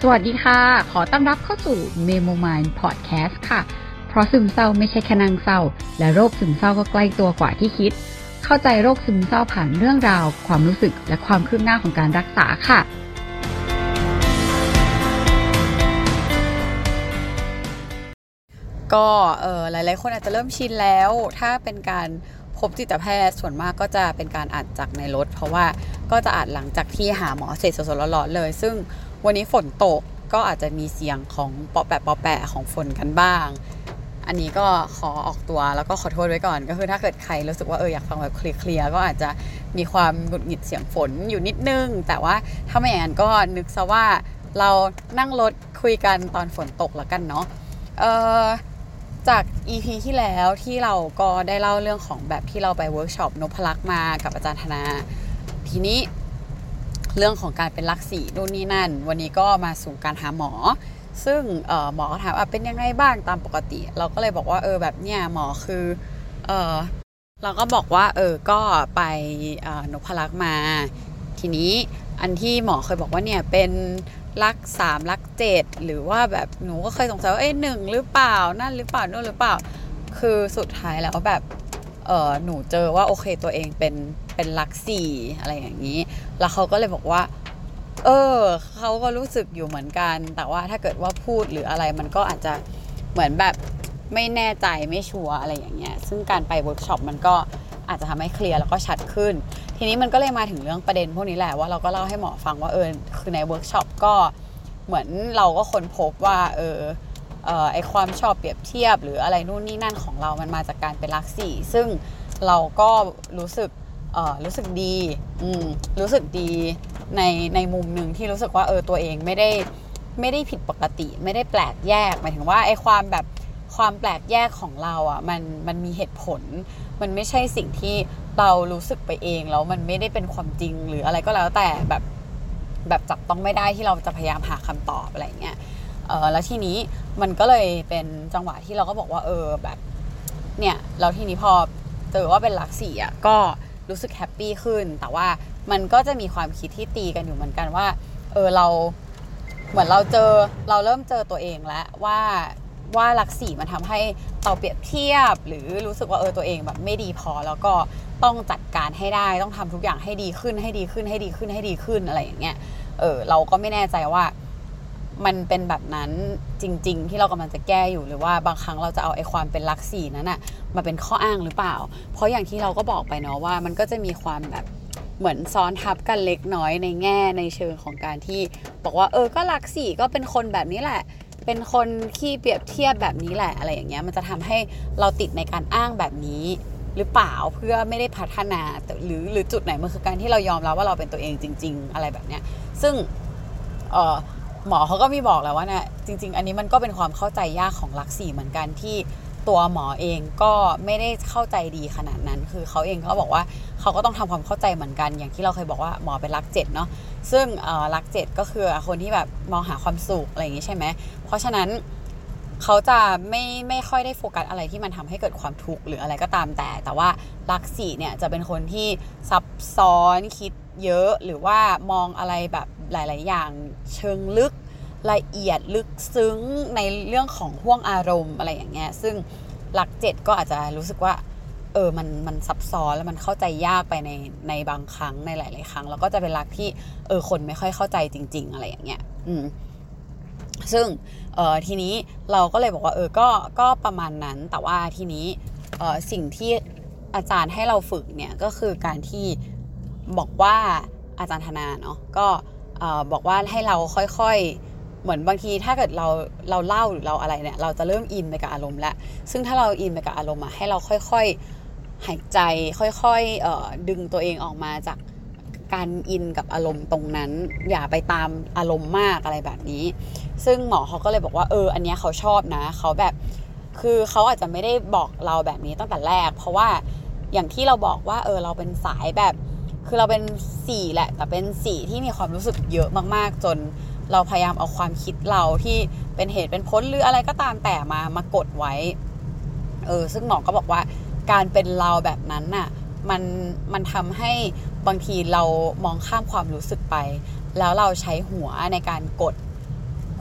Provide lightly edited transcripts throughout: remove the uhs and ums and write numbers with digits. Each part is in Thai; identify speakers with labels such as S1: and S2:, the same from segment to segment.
S1: สวัสดีค่ะขอต้อนรับเข้าสู่ Memo Mind Podcast ค่ะเพราะซึมเศร้าไม่ใช่แค่นางเศร้าและโรคซึมเศร้าก็ใกล้ตัวกว่าที่คิดเข้าใจโรคซึมเศร้าผ่านเรื่องราวความรู้สึกและความคืบหน้าของการรักษาค่ะ
S2: ก็หลายๆคนอาจจะเริ่มชินแล้วถ้าเป็นการพบจิตแพทย์ส่วนมากก็จะเป็นการอ่านจากในรถเพราะว่าก็จะอ่านหลังจากที่หาหมอเสร็จสดๆร้อนๆเลยซึ่งวันนี้ฝนตกก็อาจจะมีเสียงของปอแปะปอแปะของฝนกันบ้างอันนี้ก็ขอออกตัวแล้วก็ขอโทษไว้ก่อนก็คือถ้าเกิดใครรู้สึกว่าอยากฟังแบบเคลียร์ๆก็อาจจะมีความหงุดหงิดเสียงฝนอยู่นิดนึงแต่ว่าถ้าไม่อย่างนั้นก็นึกซะว่าเรานั่งรถคุยกันตอนฝนตกแล้วกันเนาะจาก EP ที่แล้วที่เราก็ได้เล่าเรื่องของแบบที่เราไปเวิร์กช็อปนพลักษ์มากับอาจารย์ธนาทีนี้เรื่องของการเป็นลักษีนู่นนี่นั่นวันนี้ก็มาสู่การหาหมอซึ่งหมอก็ถามเป็นยังไงบ้างตามปกติเราก็เลยบอกว่าแบบเนี้ยหมอคือเราก็บอกว่าก็ไปนพลักษ์มาทีนี้อันที่หมอเคยบอกว่าเนี่ยเป็นลัก3ลัก7หรือว่าแบบหนูก็เคยสงสัยว่า1หรือเปล่านั่นหรือเปล่านู่นหรือเปล่าคือสุดท้ายแล้วแบบหนูเจอว่าโอเคตัวเองเป็นลัก4อะไรอย่างนี้แล้วเขาก็เลยบอกว่าเขาก็รู้สึกอยู่เหมือนกันแต่ว่าถ้าเกิดว่าพูดหรืออะไรมันก็อาจจะเหมือนแบบไม่แน่ใจไม่ชัวร์อะไรอย่างเงี้ยซึ่งการไปเวิร์กช็อปมันก็อาจจะทำให้เคลียร์แล้วก็ชัดขึ้นทีนี้มันก็เลยมาถึงเรื่องประเด็นพวกนี้แหละว่าเราก็เล่าให้หมอฟังว่าคือในเวิร์กช็อปก็เหมือนเราก็ค้นพบว่าไอความชอบเปรียบเทียบหรืออะไรนู่นนี่นั่นของเรามันมาจากการเป็นลักสี่ซึ่งเราก็รู้สึกดีรู้สึกดีในมุมหนึ่งที่รู้สึกว่าตัวเองไม่ได้ผิดปกติไม่ได้แปลกแยกหมายถึงว่าไอความแปลกแยกของเรามันมีเหตุผลมันไม่ใช่สิ่งที่เรารู้สึกไปเองแล้วมันไม่ได้เป็นความจริงหรืออะไรก็แล้วแต่แบบจับต้องไม่ได้ที่เราจะพยายามหาคำตอบอะไรเงี้ยแล้วทีนี้มันก็เลยเป็นจังหวะที่เราก็บอกว่าแบบเนี่ยแล้วทีนี้พอเจอว่าเป็นลักสี่ก็รู้สึกแฮปปี้ขึ้นแต่ว่ามันก็จะมีความคิดที่ตีกันอยู่เหมือนกันว่าเราเหมือนเราเริ่มเจอตัวเองแล้วว่าลักสี่มันทำให้เราเปรียบเทียบหรือรู้สึกว่าตัวเองแบบไม่ดีพอแล้วก็ต้องจัดการให้ได้ต้องทำทุกอย่างให้ดีขึ้นอะไรอย่างเงี้ยเราก็ไม่แน่ใจว่ามันเป็นแบบนั้นจริงๆที่เรากำลังจะแก้อยู่หรือว่าบางครั้งเราจะเอาความเป็นลักสี่นั้นน่ะมาเป็นข้ออ้างหรือเปล่าเพราะอย่างที่เราก็บอกไปเนาะว่ามันก็จะมีความแบบเหมือนซ้อนทับกันเล็กน้อยในเชิงของการที่บอกว่าก็ลักสี่ก็เป็นคนแบบนี้แหละเป็นคนขี้เปรียบเทียบแบบนี้แหละอะไรอย่างเงี้ยมันจะทำให้เราติดในการอ้างแบบนี้หรือเปล่าเพื่อไม่ได้พัฒนาหรือจุดไหนมันคือการที่เรายอมรับว่าเราเป็นตัวเองจริงๆอะไรแบบเนี้ยซึ่งหมอเขาก็มีบอกแล้วว่าเนี่ยจริงๆอันนี้มันก็เป็นความเข้าใจยากของลักสี่เหมือนกันที่ตัวหมอเองก็ไม่ได้เข้าใจดีขนาดนั้นคือเขาเองเขาบอกว่าเขาก็ต้องทำความเข้าใจเหมือนกันอย่างที่เราเคยบอกว่าหมอเป็นลัก7เนาะซึ่งลัก7ก็คือคนที่แบบมองหาความสุขอะไรอย่างงี้ใช่ไหมเพราะฉะนั้นเขาจะไม่ค่อยได้โฟกัสอะไรที่มันทำให้เกิดความทุกข์หรืออะไรก็ตามแต่ว่าลัก4เนี่ยจะเป็นคนที่ซับซ้อนคิดเยอะหรือว่ามองอะไรแบบหลายๆอย่างเชิงลึกละเอียดลึกซึ้งในเรื่องของห่วงอารมณ์อะไรอย่างเงี้ยซึ่งลัก7ก็อาจจะรู้สึกว่ามันซับซ้อนแล้วมันเข้าใจยากไปในบางครั้งในหลายๆครั้งแล้วก็จะเป็นลักที่คนไม่ค่อยเข้าใจจริงๆอะไรอย่างเงี้ยซึ่งทีนี้เราก็เลยบอกว่าก็ประมาณนั้นแต่ว่าทีนี้สิ่งที่อาจารย์ให้เราฝึกเนี่ยก็คือการที่บอกว่าอาจารย์ธนาเนาะก็บอกว่าให้เราค่อยๆเหมือนบางทีถ้าเกิดเราเล่าหรือเราอะไรเนี่ยเราจะเริ่มอินไปกับอารมณ์แล้วซึ่งถ้าเราอินไปกับอารมณ์ให้เราค่อยๆหายใจค่อยๆดึงตัวเองออกมาจากการอินกับอารมณ์ตรงนั้นอย่าไปตามอารมณ์มากอะไรแบบนี้ซึ่งหมอเขาก็เลยบอกว่าอันนี้เขาชอบนะเขาแบบคือเขาอาจจะไม่ได้บอกเราแบบนี้ตั้งแต่แรกเพราะว่าอย่างที่เราบอกว่าเราเป็นสายแบบคือเราเป็น4แหละแต่เป็น4ที่มีความรู้สึกเยอะมากๆจนเราพยายามเอาความคิดเราที่เป็นเหตุเป็นผลหรืออะไรก็ตามแต่มากดไว้ซึ่งหมอก็บอกว่าการเป็นเราแบบนั้นน่ะมันทำให้บางทีเรามองข้ามความรู้สึกไปแล้วเราใช้หัวในการกด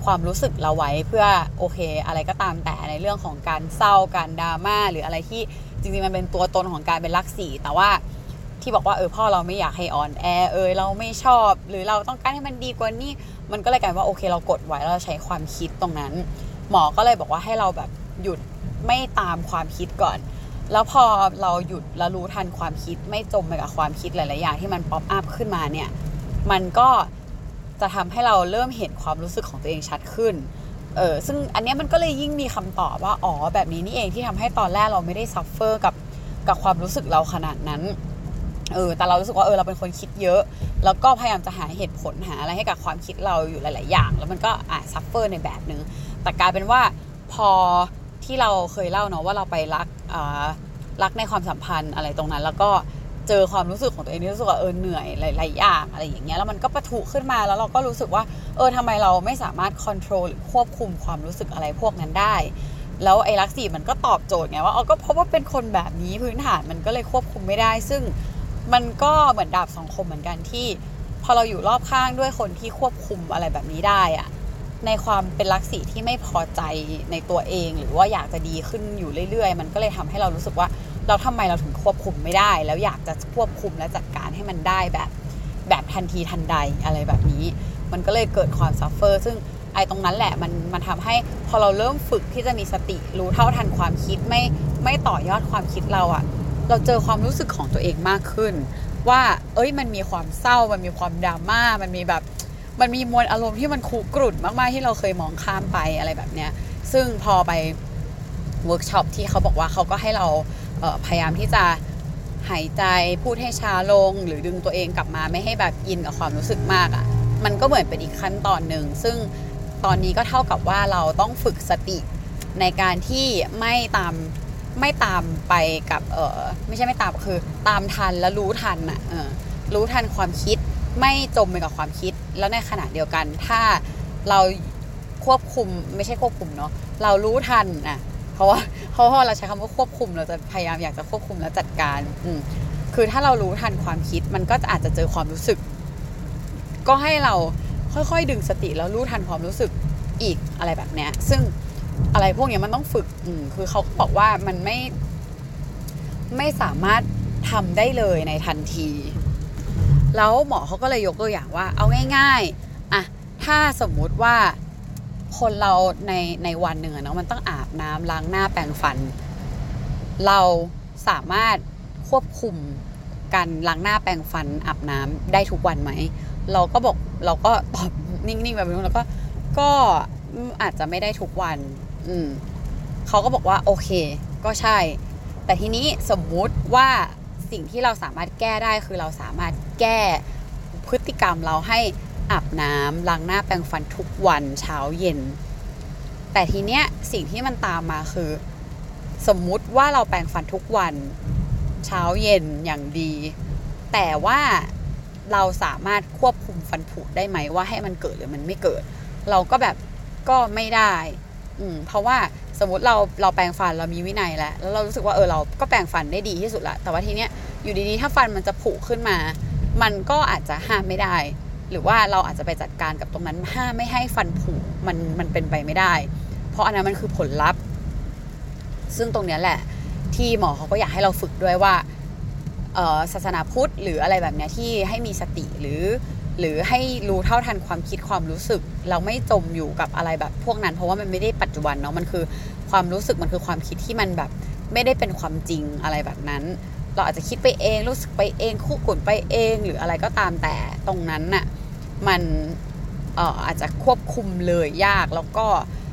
S2: ความรู้สึกเราไว้เพื่อโอเคอะไรก็ตามแต่ในเรื่องของการเศร้าการดราม่าหรืออะไรที่จริงๆมันเป็นตัวตนของการเป็นลักษีแต่ว่าที่บอกว่าพ่อเราไม่อยากให้อ่อนแอเราไม่ชอบหรือเราต้องการให้มันดีกว่านี้มันก็เลยกลายว่าโอเคเรากดไว้แล้วเราใช้ความคิดตรงนั้นหมอก็เลยบอกว่าให้เราแบบหยุดไม่ตามความคิดก่อนแล้วพอเราหยุดแล้วรู้ทันความคิดไม่จมไปกับความคิดหลายๆอย่างที่มันป๊อปอัพขึ้นมาเนี่ยมันก็จะทำให้เราเริ่มเห็นความรู้สึกของตัวเองชัดขึ้นซึ่งอันนี้มันก็เลยยิ่งมีคำตอบว่าอ๋อแบบนี้นี่เองที่ทำให้ตอนแรกเราไม่ได้ซัฟเฟอร์กับความรู้สึกเราขนาดนั้นแต่เรารู้สึกว่าเราเป็นคนคิดเยอะแล้วก็พยายามจะหาเหตุผลหาอะไรให้กับความคิดเราอยู่หลายๆอย่างแล้วมันก็ซัฟเฟอร์ในแบบนึงแต่กลายเป็นว่าพอที่เราเคยเล่าเนาะว่าเราไปรักในความสัมพันธ์อะไรตรงนั้นแล้วก็เจอความรู้สึกของตัวเองที่รู้สึกว่าเหนื่อยหลายๆอย่างอะไรอย่างเงี้ยแล้วมันก็ปะทุขึ้นมาแล้วเราก็รู้สึกว่าทำไมเราไม่สามารถคอนโทรลหรือควบคุมความรู้สึกอะไรพวกนั้นได้แล้วไอ้ลักษีมันก็ตอบโจทย์ไงว่าก็เพราะว่าเป็นคนแบบนี้พื้นฐานมันก็เลยควบคุมไม่ได้ซึ่งมันก็เหมือนดาบสองคมเหมือนกันที่พอเราอยู่รอบข้างด้วยคนที่ควบคุมอะไรแบบนี้ได้อะในความเป็นลักษีที่ไม่พอใจในตัวเองหรือว่าอยากจะดีขึ้นอยู่เรื่อยๆมันก็เลยทำให้เรารู้สึกว่าเราทำไมเราถึงควบคุมไม่ได้แล้วอยากจะควบคุมและจัดการให้มันได้แบบทันทีทันใดอะไรแบบนี้มันก็เลยเกิดความซัฟเฟอร์ซึ่งตรงนั้นแหละมันทำให้พอเราเริ่มฝึกที่จะมีสติรู้เท่าทันความคิดไม่ต่อยอดความคิดเราเราเจอความรู้สึกของตัวเองมากขึ้นว่ามันมีความเศร้ามันมีความดราม่ามันมีมวลอารมณ์ที่มันคุกรุ่นมากๆที่เราเคยมองข้ามไปอะไรแบบเนี้ยซึ่งพอไปเวิร์กช็อปที่เขาบอกว่าเขาก็ให้เราพยายามที่จะหายใจพูดให้ช้าลงหรือดึงตัวเองกลับมาไม่ให้แบบอินกับความรู้สึกมากมันก็เหมือนเป็นอีกขั้นตอนนึงซึ่งตอนนี้ก็เท่ากับว่าเราต้องฝึกสติในการที่ไม่ตามไปกับไม่ใช่ไม่ตามคือตามทันและรู้ทันรู้ทันความคิดไม่จมไปกับความคิดแล้วในขณะเดียวกันถ้าเราควบคุมไม่ใช่ควบคุมเนาะเรารู้ทันเพราะว่าเราใช้คำว่าควบคุมเราจะพยายามอยากจะควบคุมและจัดการคือถ้าเรารู้ทันความคิดมันก็อาจจะเจอความรู้สึกก็ให้เราค่อยๆดึงสติแล้วรู้ทันความรู้สึกอีกอะไรแบบเนี้ยซึ่งอะไรพวกนี้มันต้องฝึกคือเขาบอกว่ามันไม่สามารถทำได้เลยในทันทีแล้วหมอเขาก็เลยยกตัวอย่างว่าเอาง่ายๆถ้าสมมุติว่าคนเราในวันหนึ่งเนาะมันต้องอาบน้ำล้างหน้าแปรงฟันเราสามารถควบคุมการล้างหน้าแปรงฟันอาบน้ำได้ทุกวันไหมเราก็ตอบนิ่งๆแบบนี้แล้วก็อาจจะไม่ได้ทุกวันเขาก็บอกว่าโอเคก็ใช่แต่ทีนี้สมมุติว่าสิ่งที่เราสามารถแก้ได้คือเราสามารถแก้พฤติกรรมเราให้อาบน้ำล้างหน้าแปรงฟันทุกวันเช้าเย็นแต่ทีเนี้ยสิ่งที่มันตามมาคือสมมุติว่าเราแปรงฟันทุกวันเช้าเย็นอย่างดีแต่ว่าเราสามารถควบคุมฟันผุได้ไหมว่าให้มันเกิดหรือมันไม่เกิดเราก็แบบก็ไม่ได้เพราะว่าสมมติเราแปรงฟันเรามีวินัยแล้วเรารู้สึกว่าเราก็แปรงฟันได้ดีที่สุดละแต่ว่าทีเนี้ยอยู่ดีๆถ้าฟันมันจะผุขึ้นมามันก็อาจจะห้ามไม่ได้หรือว่าเราอาจจะไปจัดการกับตรงนั้นห้ามไม่ให้ฟันผุมันเป็นไปไม่ได้เพราะอันนั้นมันคือผลลัพธ์ซึ่งตรงนี้แหละที่หมอเขาก็อยากให้เราฝึกด้วยว่าศาสนาพุทธหรืออะไรแบบนี้ที่ให้มีสติหรือให้รู้เท่าทันความคิดความรู้สึกเราไม่จมอยู่กับอะไรแบบพวกนั้นเพราะว่ามันไม่ได้ปัจจุบันเนาะมันคือความรู้สึกมันคือความคิดที่มันแบบไม่ได้เป็นความจริงอะไรแบบนั้นเราอาจจะคิดไปเองรู้สึกไปเองคู่กุ่นไปเองหรืออะไรก็ตามแต่ตรงนั้นน่ะมันอาจจะควบคุมเลยยากแล้วก็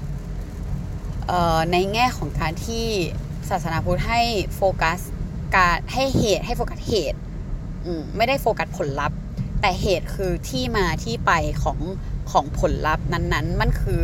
S2: ในแง่ของการที่ศาสนาพุทธให้โฟกัสการให้โฟกัสเหตุไม่ได้โฟกัสผลลัพธ์แต่เหตุคือที่มาที่ไปของผลลัพธ์นั้นๆมันคือ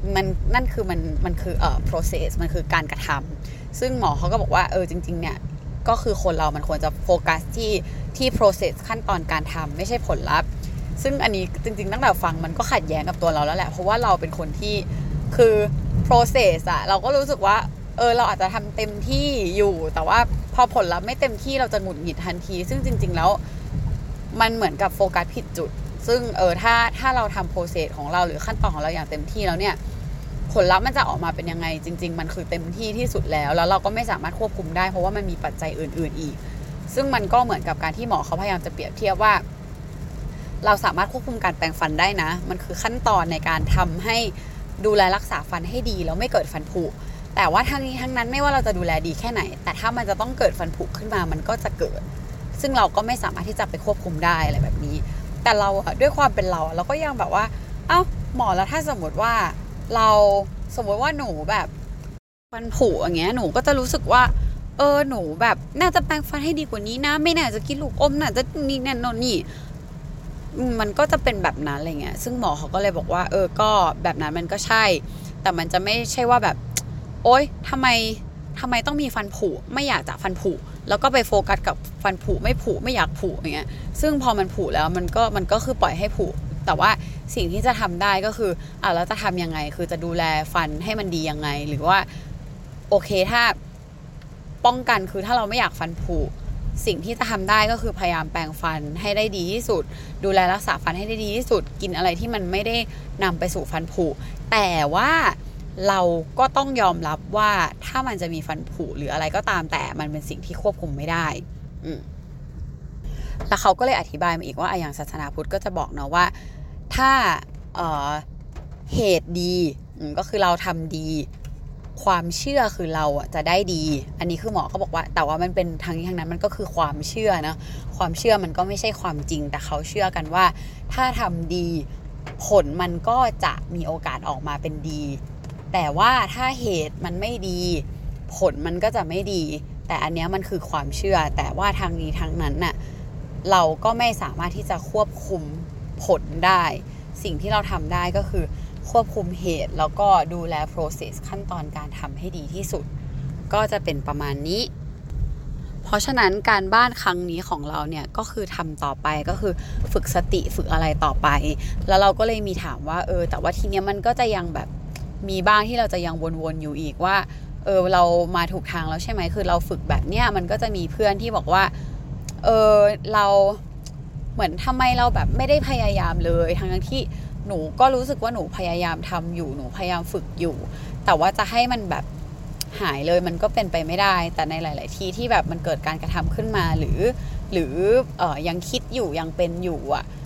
S2: process มันคือการกระทำซึ่งหมอเขาก็บอกว่าจริงๆเนี่ยก็คือคนเรามันควรจะโฟกัสที่ process ขั้นตอนการทำไม่ใช่ผลลัพธ์ซึ่งอันนี้จริงๆตั้งแต่ฟังมันก็ขัดแย้งกับตัวเราแล้วแหละเพราะว่าเราเป็นคนที่คือ process เราก็รู้สึกว่าเราอาจจะทำเต็มที่อยู่แต่ว่าพอผลลัพธ์ไม่เต็มที่เราจะหงุดหงิดทันทีซึ่งจริงๆแล้วมันเหมือนกับโฟกัสผิดจุดซึ่งถ้าเราทำโปรเซสของเราหรือขั้นตอนของเราอย่างเต็มที่แล้วเนี่ยผลลัพธ์มันจะออกมาเป็นยังไงจริงๆมันคือเต็มที่ที่สุดแล้วเราก็ไม่สามารถควบคุมได้เพราะว่ามันมีปัจจัยอื่นๆอีกซึ่งมันก็เหมือนกับการที่หมอเขาพยายามจะเปรียบเทียบว่าเราสามารถควบคุมการแปรงฟันได้นะมันคือขั้นตอนในการทำให้ดูแลรักษาฟันให้ดีแล้วไม่เกิดฟันผุแต่ว่าทั้งนี้ทั้งนั้นไม่ว่าเราจะดูแลดีแค่ไหนแต่ถ้ามันจะต้องเกิดฟันผุขึ้นมามันก็จะเกิดซึ่งเราก็ไม่สามารถที่จะไปควบคุมได้อะไรแบบนี้แต่เราด้วยความเป็นเราก็ยังแบบว่าเอ้าหมอแล้วถ้าสมมติว่าหนูแบบฟันผุอย่างเงี้ยหนูก็จะรู้สึกว่าหนูแบบน่าจะแปรงฟันให้ดีกว่านี้นะไม่น่าจะกินลูกอมน่าจะนี่นั่นโน่นนี่มันก็จะเป็นแบบนั้นอะไรเงี้ยซึ่งหมอเขาก็เลยบอกว่าก็แบบนั้นมันก็ใช่แต่มันจะไม่ใช่ว่าแบบโอ๊ยทำไมต้องมีฟันผุไม่อยากจะฟันผุแล้วก็ไปโฟกัสกับฟันผุไม่อยากผุอย่างเงี้ยซึ่งพอมันผุแล้วมันก็คือปล่อยให้ผุแต่ว่าสิ่งที่จะทำได้ก็คือแล้วจะทำยังไงคือจะดูแลฟันให้มันดียังไงหรือว่าโอเคถ้าป้องกันคือถ้าเราไม่อยากฟันผุสิ่งที่จะทำได้ก็คือพยายามแปรงฟันให้ได้ดีที่สุดดูแลรักษาฟันให้ได้ดีที่สุดกินอะไรที่มันไม่ได้นำไปสู่ฟันผุแต่ว่าเราก็ต้องยอมรับว่าถ้ามันจะมีฟันผุหรืออะไรก็ตามแต่มันเป็นสิ่งที่ควบคุมไม่ได้แล้วเขาก็เลยอธิบายมาอีกว่าอย่างศาสนาพุทธก็จะบอกเนาะว่าถ้าเหตุดีก็คือเราทำดีความเชื่อคือเราจะได้ดีอันนี้คือหมอเขาบอกว่าแต่ว่ามันเป็นทางนี้ทางนั้นมันก็คือความเชื่อนะความเชื่อมันก็ไม่ใช่ความจริงแต่เขาเชื่อกันว่าถ้าทำดีผลมันก็จะมีโอกาสออกมาเป็นดีแต่ว่าถ้าเหตุมันไม่ดีผลมันก็จะไม่ดีแต่อันนี้มันคือความเชื่อแต่ว่าทางนี้ทางนั้นน่ะเราก็ไม่สามารถที่จะควบคุมผลได้สิ่งที่เราทำได้ก็คือควบคุมเหตุแล้วก็ดูแล process ขั้นตอนการทำให้ดีที่สุดก็จะเป็นประมาณนี้เพราะฉะนั้นการบ้านครั้งนี้ของเราเนี่ยก็คือทำต่อไปก็คือฝึกสติฝึกอะไรต่อไปแล้วเราก็เลยมีถามว่าแต่ว่าทีเนี้ยมันก็จะยังแบบมีบ้างที่เราจะยังวนๆอยู่อีกว่าเรามาถูกทางแล้วใช่ไหมคือเราฝึกแบบเนี้ยมันก็จะมีเพื่อนที่บอกว่าเราเหมือนทำไมเราแบบไม่ได้พยายามเลยทั้งที่หนูก็รู้สึกว่าหนูพยายามทำอยู่หนูพยายามฝึกอยู่แต่ว่าจะให้มันแบบหายเลยมันก็เป็นไปไม่ได้แต่ในหลายๆทีที่แบบมันเกิดการกระทำขึ้นมาหรือยังคิดอยู่ยังเป็นอยู่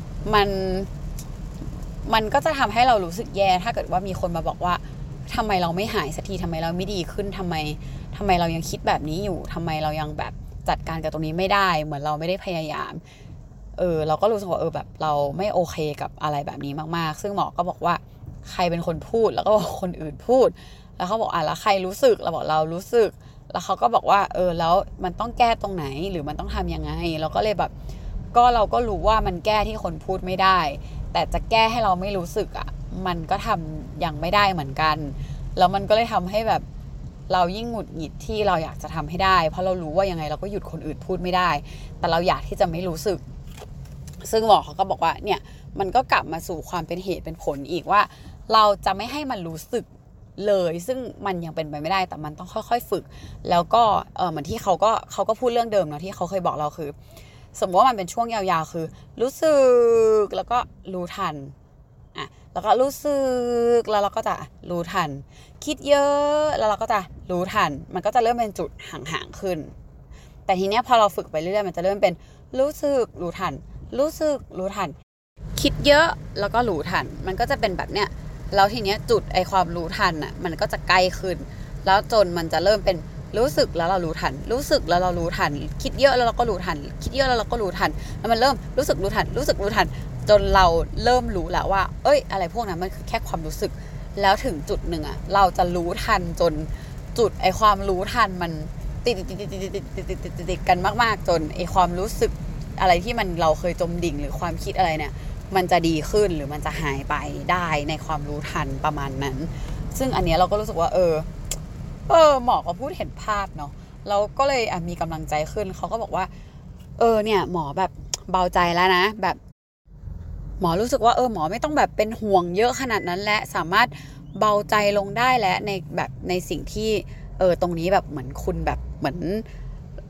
S2: มันก็จะทำให้เรารู้สึกแย่ถ้าเกิดว่ามีคนมาบอกว่าทำไมเราไม่หายสักทีทำไมเราไม่ดีขึ้นทำไมเรายังคิดแบบนี้อยู่ทำไมเรายังแบบจัดการกับตรงนี้ไม่ได้เหมือนเราไม่ได้พยายามเราก็รู้สึกว่าแบบเราไม่โอเคกับอะไรแบบนี้มากๆซึ่งหมอก็บอกว่าใครเป็นคนพูดแล้วก็บอกคนอื่นพูดแล้วเขาบอกแล้วใครรู้สึกเราบอกเรารู้สึกแล้วเขาก็บอกว่าแล้วมันต้องแก้ตรงไหนหรือมันต้องทำยังไงเราก็เลยแบบก็เราก็รู้ว่ามันแก้ที่คนพูดไม่ได้แต่จะแก้ให้เราไม่รู้สึกมันก็ทำยังไม่ได้เหมือนกันแล้วมันก็เลยทำให้แบบเรายิ่งหงุดหงิดที่เราอยากจะทำให้ได้เพราะเรารู้ว่ายังไงเราก็หยุดคนอื่นพูดไม่ได้แต่เราอยากที่จะไม่รู้สึกซึ่งหมอเขาก็บอกว่าเนี่ยมันก็กลับมาสู่ความเป็นเหตุเป็นผลอีกว่าเราจะไม่ให้มันรู้สึกเลยซึ่งมันยังเป็นไปไม่ได้แต่มันต้องค่อยๆฝึกแล้วก็เหมือนที่เขาก็พูดเรื่องเดิมเนาะที่เขาเคยบอกเราคือสมมติว่ามันเป็นช่วงยาวๆคือรู้สึกแล้วก็รู้ทันแล้วก็รู้สึกแล้วเราก็จะรู้ทันคิดเยอะแล้วเราก็จะรู้ทันมันก็จะเริ่มเป็นจุดห่างๆขึ้นแต่ทีเนี้ยพอเราฝึกไปเรื่อยๆมันจะเริ่มเป็นรู้สึกรู้ทันรู้สึกรู้ทันคิดเยอะแล้วก็รู้ทันมันก็จะเป็นแบบเนี้ยแล้วทีเนี้ยจุดไอความรู้ทันมันก็จะใกล้ขึ้นแล้วจนมันจะเริ่มเป็นรู้สึกแล้วเรารู้ทันรู้สึกแล้วเรารู้ทันคิดเยอะแล้วเราก็รู้ทันคิดเยอะแล้วเราก็รู้ทันแล้วมันเริ่มรู้สึกรู้ทันรู้สึกรู้ทันจนเราเริ่มรู้แล้วว่าอะไรพวกนั้นมันคือแค่ความรู้สึกแล้วถึงจุดหนึ่งเราจะรู้ทันจนจุดไอความรู้ทันมันติดกันมากๆจนไอความรู้สึกอะไรที่มันเราเคยจมดิ่งหรือความคิดอะไรเนี่ยมันจะดีขึ้นหรือมันจะหายไปได้ในความรู้ทันประมาณนั้นซึ่งอันเนี้ยเราก็รู้สึกว่าหมอก็พูดเห็นภาพเนาะเราก็เลยมีกำลังใจขึ้นเขาก็บอกว่าเนี่ยหมอแบบเบาใจแล้วนะแบบหมอรู้สึกว่าหมอไม่ต้องแบบเป็นห่วงเยอะขนาดนั้นและสามารถเบาใจลงได้และในแบบในสิ่งที่ตรงนี้แบบเหมือนคุณแบบเหมือน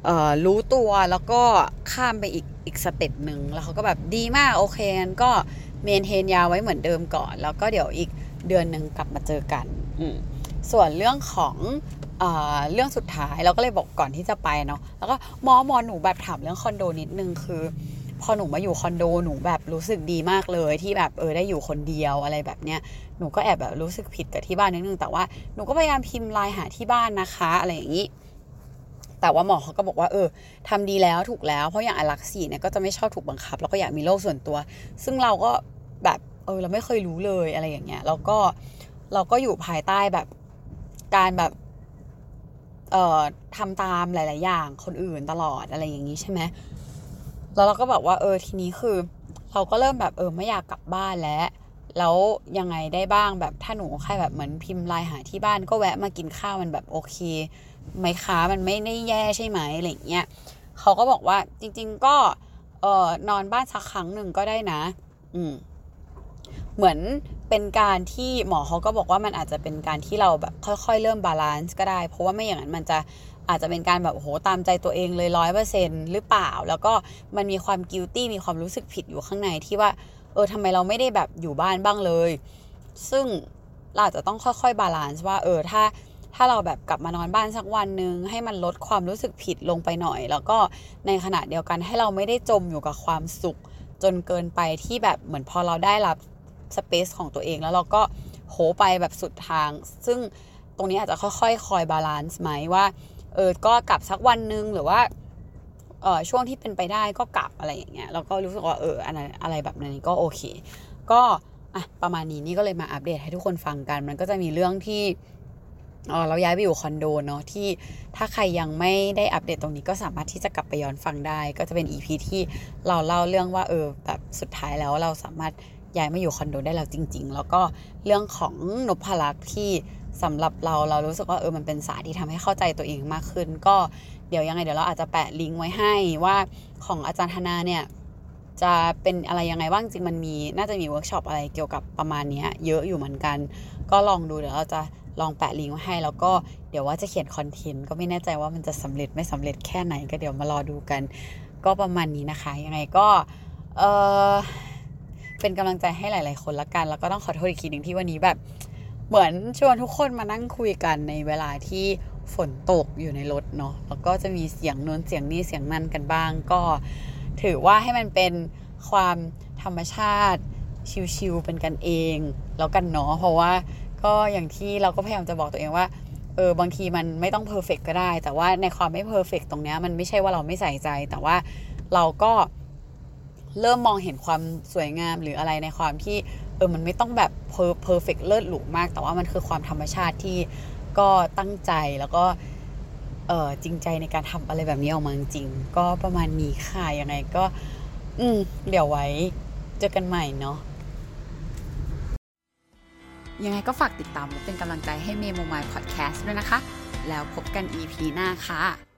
S2: รู้ตัวแล้วก็ข้ามไปอีกสเต็ปนึงแล้วเขาก็แบบดีมากโอเคงั้นก็เมนเทนยาไว้เหมือนเดิมก่อนแล้วก็เดี๋ยวอีกเดือนนึงกลับมาเจอกันส่วนเรื่องของเรื่องสุดท้ายเราก็เลยบอกก่อนที่จะไปเนาะแล้วก็หมอหนูแบบถามเรื่องคอนโดนิดนึงคือพอหนูมาอยู่คอนโดหนูแบบรู้สึกดีมากเลยที่แบบได้อยู่คนเดียวอะไรแบบเนี้ยหนูก็แอบแบบรู้สึกผิดกับที่บ้านนิดนึงแต่ว่าหนูก็พยายามพิมพ์ไลน์หาที่บ้านนะคะอะไรอย่างนี้แต่ว่าหมอเขาก็บอกว่าทำดีแล้วถูกแล้วเพราะอย่างอลักซี่เนี่ยก็จะไม่ชอบถูกบังคับแล้วก็อยากมีโลกส่วนตัวซึ่งเราก็แบบเราไม่เคยรู้เลยอะไรอย่างเงี้ยแล้วก็เราก็อยู่ภายใต้แบบการแบบทำตามหลายๆอย่างคนอื่นตลอดอะไรอย่างนี้ใช่ไหมแล้วเราก็แบบว่าทีนี้คือเราก็เริ่มแบบไม่อยากกลับบ้านแล้วยังไงได้บ้างแบบถ้าหนูแค่แบบเหมือนพิมพ์ไลน์หาที่บ้านก็แวะมากินข้าวมันแบบโอเคไหมคะมันไม่ได้แย่ใช่ไหมอะไรอย่างเงี้ยเขาก็บอกว่าจริงๆก็นอนบ้านสักครั้งหนึ่งก็ได้นะเหมือนเป็นการที่หมอเขาก็บอกว่ามันอาจจะเป็นการที่เราแบบค่อยๆเริ่มบาลานซ์ก็ได้เพราะว่าไม่อย่างนั้นมันจะอาจจะเป็นการแบบโหตามใจตัวเองเลย 100% หรือเปล่าแล้วก็มันมีความกิลตี้มีความรู้สึกผิดอยู่ข้างในที่ว่าทำไมเราไม่ได้แบบอยู่บ้านบ้างเลยซึ่งเราอาจจะต้องค่อยๆบาลานซ์ว่าถ้าเราแบบกลับมานอนบ้านสักวันนึงให้มันลดความรู้สึกผิดลงไปหน่อยแล้วก็ในขณะเดียวกันให้เราไม่ได้จมอยู่กับความสุขจนเกินไปที่แบบเหมือนพอเราได้รับสเปซของตัวเองแล้วเราก็โหไปแบบสุดทางซึ่งตรงนี้อาจจะค่อยๆคอยบาลานซ์ไหมว่าก็กลับสักวันนึงหรือว่าช่วงที่เป็นไปได้ก็กลับอะไรอย่างเงี้ยแล้วก็รู้สึกว่าอะไรแบบนั้นก็โอเคก็ประมาณนี้นี่ก็เลยมาอัปเดตให้ทุกคนฟังกันมันก็จะมีเรื่องที่เราย้ายไปอยู่คอนโดเนาะที่ถ้าใครยังไม่ได้อัปเดตตรงนี้ก็สามารถที่จะกลับไปย้อนฟังได้ก็จะเป็น EP ที่เราเล่าเรื่องว่าแบบสุดท้ายแล้วเราสามารถย้ายมาอยู่คอนโดได้แล้วจริงๆแล้วก็เรื่องของนพลักษ์ที่สำหรับเรารู้สึกว่ามันเป็นศาสตร์ที่ทำให้เข้าใจตัวเองมากขึ้นก็เดี๋ยวยังไงเดี๋ยวเราอาจจะแปะลิงก์ไว้ให้ว่าของอาจารย์ธนาเนี่ยจะเป็นอะไรยังไงบ้างจริงมันมีน่าจะมีเวิร์กช็อปอะไรเกี่ยวกับประมาณนี้เยอะอยู่เหมือนกันก็ลองดูเดี๋ยวเราจะลองแปะลิงก์ไว้ให้แล้วก็เดี๋ยวว่าจะเขียนคอนเทนต์ก็ไม่แน่ใจว่ามันจะสำเร็จไม่สำเร็จแค่ไหนก็เดี๋ยวมารอดูกันก็ประมาณนี้นะคะยังไงก็เป็นกำลังใจให้หลายๆคนละกันแล้วก็ต้องขอโทษอีกทีนึงที่วันนี้แบบเหมือนชวนทุกคนมานั่งคุยกันในเวลาที่ฝนตกอยู่ในรถเนาะแล้วก็จะมีเสียงโน้นเสียงนี้เสียงนั่นกันบ้างก็ถือว่าให้มันเป็นความธรรมชาติชิลๆเป็นกันเองแล้วกันเนาะเพราะว่าก็อย่างที่เราก็พยายามจะบอกตัวเองว่าบางทีมันไม่ต้องเพอร์เฟกต์ก็ได้แต่ว่าในความไม่เพอร์เฟกต์ตรงนี้มันไม่ใช่ว่าเราไม่ใส่ใจแต่ว่าเราก็เริ่มมองเห็นความสวยงามหรืออะไรในความที่มันไม่ต้องแบบเพอร์เฟกต์เลิศหรูมากแต่ว่ามันคือความธรรมชาติที่ก็ตั้งใจแล้วก็จริงใจในการทำอะไรแบบนี้ออกมาจริงๆก็ประมาณนี้ค่ะยังไงก็เดี๋ยวไว้เจอกันใหม่เนาะยังไงก็ฝากติดตามและเป็นกำลังใจให้เมโมมายพอดแคสต์ด้วยนะคะแล้วพบกัน EP หน้าค่ะ